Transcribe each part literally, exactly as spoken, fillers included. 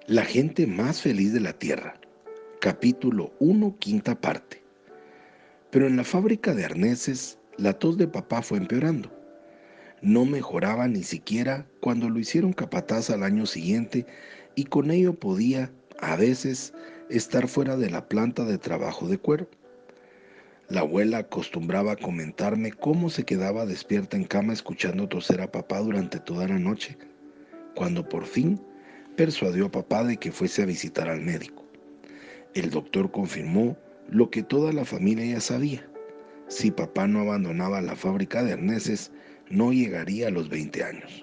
La gente más feliz de la tierra. Capítulo uno, quinta parte. Pero en la fábrica de arneses, la tos de papá fue empeorando. No mejoraba ni siquiera cuando lo hicieron capataz al año siguiente y con ello podía, a veces, estar fuera de la planta de trabajo de cuero. La abuela acostumbraba a comentarme cómo se quedaba despierta en cama escuchando toser a papá durante toda la noche, cuando por fin persuadió a papá de que fuese a visitar al médico. El doctor confirmó lo que toda la familia ya sabía. Si papá no abandonaba la fábrica de arneses, no llegaría a los veinte años.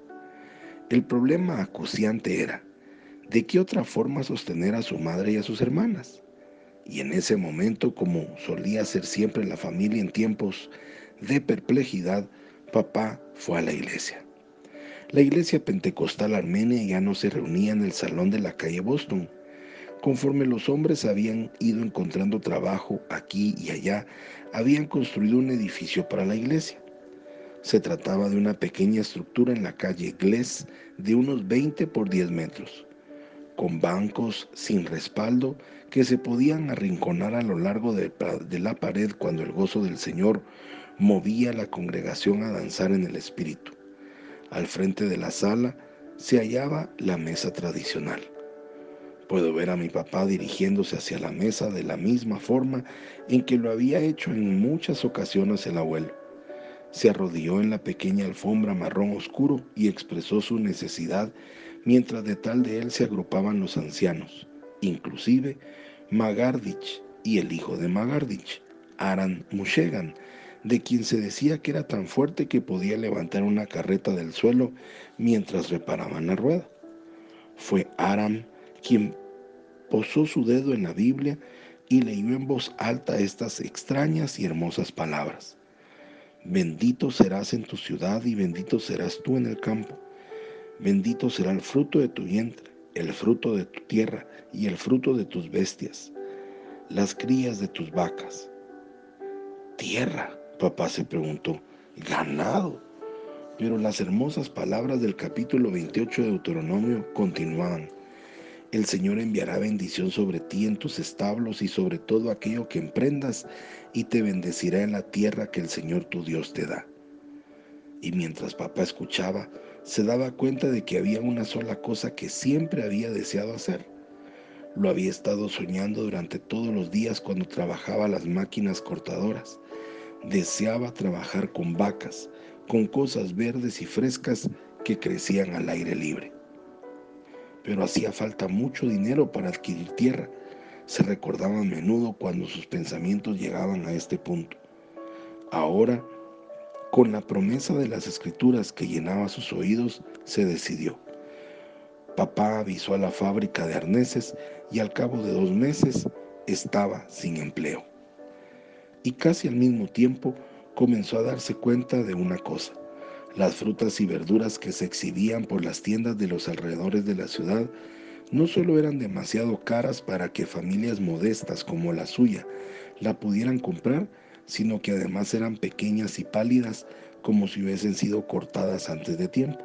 El problema acuciante era, ¿de qué otra forma sostener a su madre y a sus hermanas? Y en ese momento, como solía ser siempre la familia en tiempos de perplejidad, papá fue a la iglesia. La iglesia pentecostal armenia ya no se reunía en el salón de la calle Boston. Conforme los hombres habían ido encontrando trabajo aquí y allá, habían construido un edificio para la iglesia. Se trataba de una pequeña estructura en la calle Gless de unos veinte por diez metros, con bancos sin respaldo que se podían arrinconar a lo largo de, de la pared cuando el gozo del Señor movía a la congregación a danzar en el Espíritu. Al frente de la sala se hallaba la mesa tradicional. Puedo ver a mi papá dirigiéndose hacia la mesa de la misma forma en que lo había hecho en muchas ocasiones el abuelo. Se arrodilló en la pequeña alfombra marrón oscuro y expresó su necesidad mientras detrás de él se agrupaban los ancianos, inclusive Magardich y el hijo de Magardich, Aran Mushegan, de quien se decía que era tan fuerte que podía levantar una carreta del suelo mientras reparaban la rueda. Fue Aram quien posó su dedo en la Biblia y leyó en voz alta estas extrañas y hermosas palabras. Bendito serás en tu ciudad y bendito serás tú en el campo. Bendito será el fruto de tu vientre, el fruto de tu tierra y el fruto de tus bestias, las crías de tus vacas. Tierra, papá se preguntó, ganado. Pero las hermosas palabras del capítulo veintiocho de Deuteronomio continuaban. El Señor enviará bendición sobre ti en tus establos y sobre todo aquello que emprendas, y te bendecirá en la tierra que el Señor tu Dios te da. Y mientras papá escuchaba, se daba cuenta de que había una sola cosa que siempre había deseado hacer. Lo había estado soñando durante todos los días cuando trabajaba las máquinas cortadoras. Deseaba trabajar con vacas, con cosas verdes y frescas que crecían al aire libre. Pero hacía falta mucho dinero para adquirir tierra. Se recordaba a menudo cuando sus pensamientos llegaban a este punto. Ahora, con la promesa de las escrituras que llenaba sus oídos, se decidió. Papá avisó a la fábrica de arneses y al cabo de dos meses estaba sin empleo. Y casi al mismo tiempo comenzó a darse cuenta de una cosa. Las frutas y verduras que se exhibían por las tiendas de los alrededores de la ciudad no solo eran demasiado caras para que familias modestas como la suya la pudieran comprar, sino que además eran pequeñas y pálidas como si hubiesen sido cortadas antes de tiempo.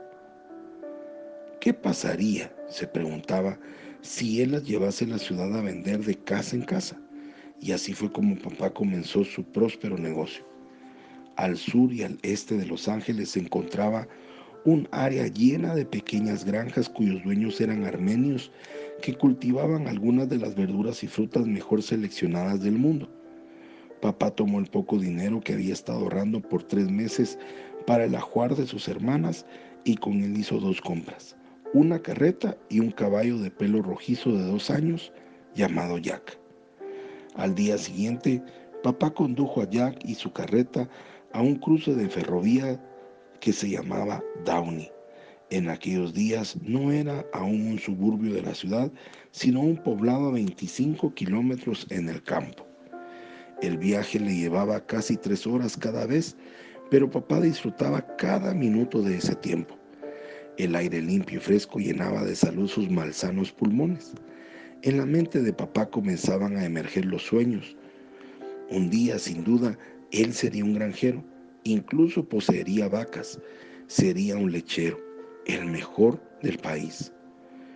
¿Qué pasaría, se preguntaba, si él las llevase a la ciudad a vender de casa en casa? Y así fue como papá comenzó su próspero negocio. Al sur y al este de Los Ángeles se encontraba un área llena de pequeñas granjas cuyos dueños eran armenios que cultivaban algunas de las verduras y frutas mejor seleccionadas del mundo. Papá tomó el poco dinero que había estado ahorrando por tres meses para el ajuar de sus hermanas y con él hizo dos compras, una carreta y un caballo de pelo rojizo de dos años llamado Jack. Al día siguiente, papá condujo a Jack y su carreta a un cruce de ferrovía que se llamaba Downey. En aquellos días no era aún un suburbio de la ciudad, sino un poblado a veinticinco kilómetros en el campo. El viaje le llevaba casi tres horas cada vez, pero papá disfrutaba cada minuto de ese tiempo. El aire limpio y fresco llenaba de salud sus malsanos pulmones. En la mente de papá comenzaban a emerger los sueños. Un día, sin duda, él sería un granjero, incluso poseería vacas, sería un lechero, el mejor del país.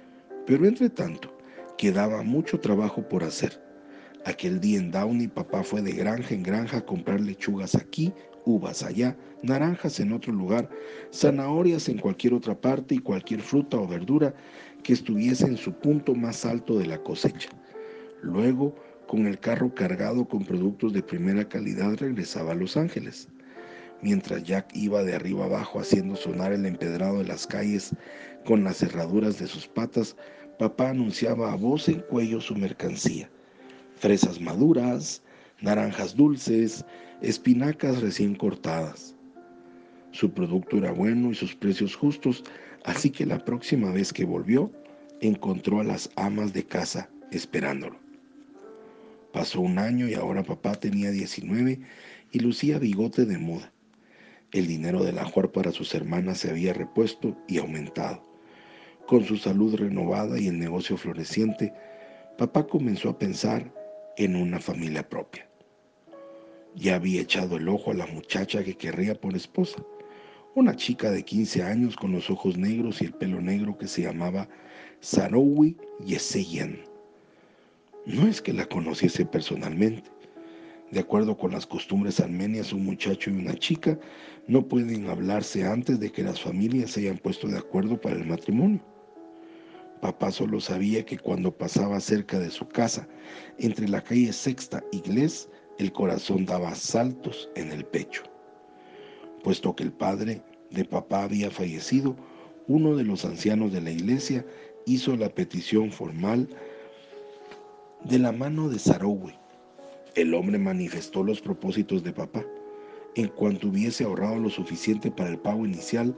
Pero entre tanto, quedaba mucho trabajo por hacer. Aquel día en Downey, papá fue de granja en granja a comprar lechugas aquí, uvas allá, naranjas en otro lugar, zanahorias en cualquier otra parte y cualquier fruta o verdura que estuviese en su punto más alto de la cosecha. Luego, con el carro cargado con productos de primera calidad, regresaba a Los Ángeles. Mientras Jack iba de arriba abajo haciendo sonar el empedrado de las calles con las cerraduras de sus patas, papá anunciaba a voz en cuello su mercancía: fresas maduras, naranjas dulces, espinacas recién cortadas. Su producto era bueno y sus precios justos, así que la próxima vez que volvió, encontró a las amas de casa esperándolo. Pasó un año y ahora papá tenía diecinueve y lucía bigote de moda. El dinero del ajuar para sus hermanas se había repuesto y aumentado. Con su salud renovada y el negocio floreciente, papá comenzó a pensar en una familia propia. Ya había echado el ojo a la muchacha que querría por esposa, una chica de quince años con los ojos negros y el pelo negro que se llamaba Sarowi Yeseyan. No es que la conociese personalmente. De acuerdo con las costumbres armenias, un muchacho y una chica no pueden hablarse antes de que las familias se hayan puesto de acuerdo para el matrimonio. Papá solo sabía que cuando pasaba cerca de su casa, entre la calle Sexta y Glés, el corazón daba saltos en el pecho. Puesto que el padre de papá había fallecido, uno de los ancianos de la iglesia hizo la petición formal de la mano de Sarowi. El hombre manifestó los propósitos de papá. En cuanto hubiese ahorrado lo suficiente para el pago inicial,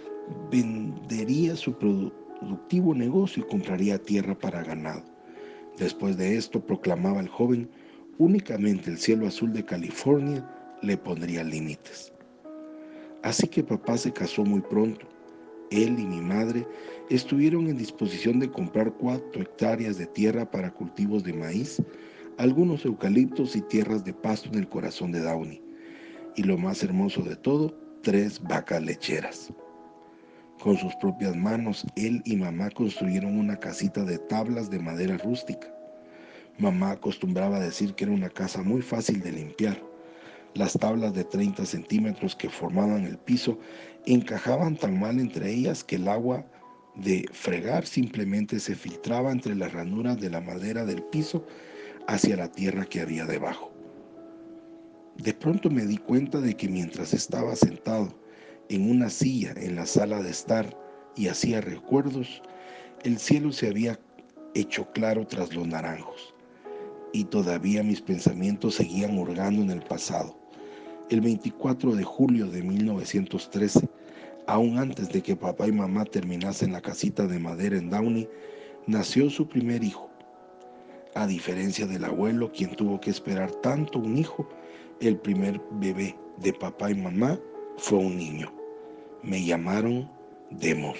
vendería su productivo negocio y compraría tierra para ganado. Después de esto, proclamaba el joven, únicamente el cielo azul de California le pondría límites. Así que papá se casó muy pronto. Él y mi madre estuvieron en disposición de comprar cuatro hectáreas de tierra para cultivos de maíz, algunos eucaliptos y tierras de pasto en el corazón de Downey. Y lo más hermoso de todo, tres vacas lecheras. Con sus propias manos, él y mamá construyeron una casita de tablas de madera rústica. Mamá acostumbraba a decir que era una casa muy fácil de limpiar. Las tablas de treinta centímetros que formaban el piso encajaban tan mal entre ellas que el agua de fregar simplemente se filtraba entre las ranuras de la madera del piso hacia la tierra que había debajo. De pronto me di cuenta de que mientras estaba sentado en una silla en la sala de estar y hacía recuerdos, el cielo se había hecho claro tras los naranjos, y todavía mis pensamientos seguían hurgando en el pasado. El veinticuatro de julio de mil novecientos trece, aún antes de que papá y mamá terminasen la casita de madera en Downey, nació su primer hijo. A diferencia del abuelo, quien tuvo que esperar tanto un hijo, el primer bebé de papá y mamá fue un niño. Me llamaron Demos.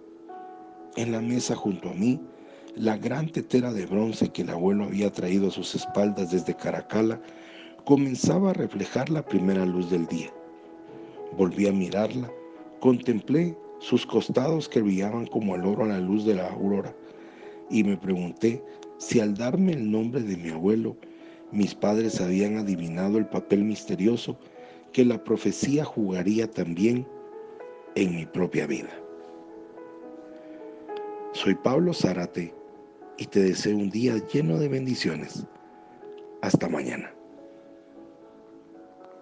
En la mesa junto a mí, la gran tetera de bronce que el abuelo había traído a sus espaldas desde Caracalla comenzaba a reflejar la primera luz del día. Volví a mirarla, contemplé sus costados que brillaban como el oro a la luz de la aurora, y me pregunté si al darme el nombre de mi abuelo, mis padres habían adivinado el papel misterioso que la profecía jugaría también en mi propia vida. Soy Pablo Zárate y te deseo un día lleno de bendiciones. Hasta mañana.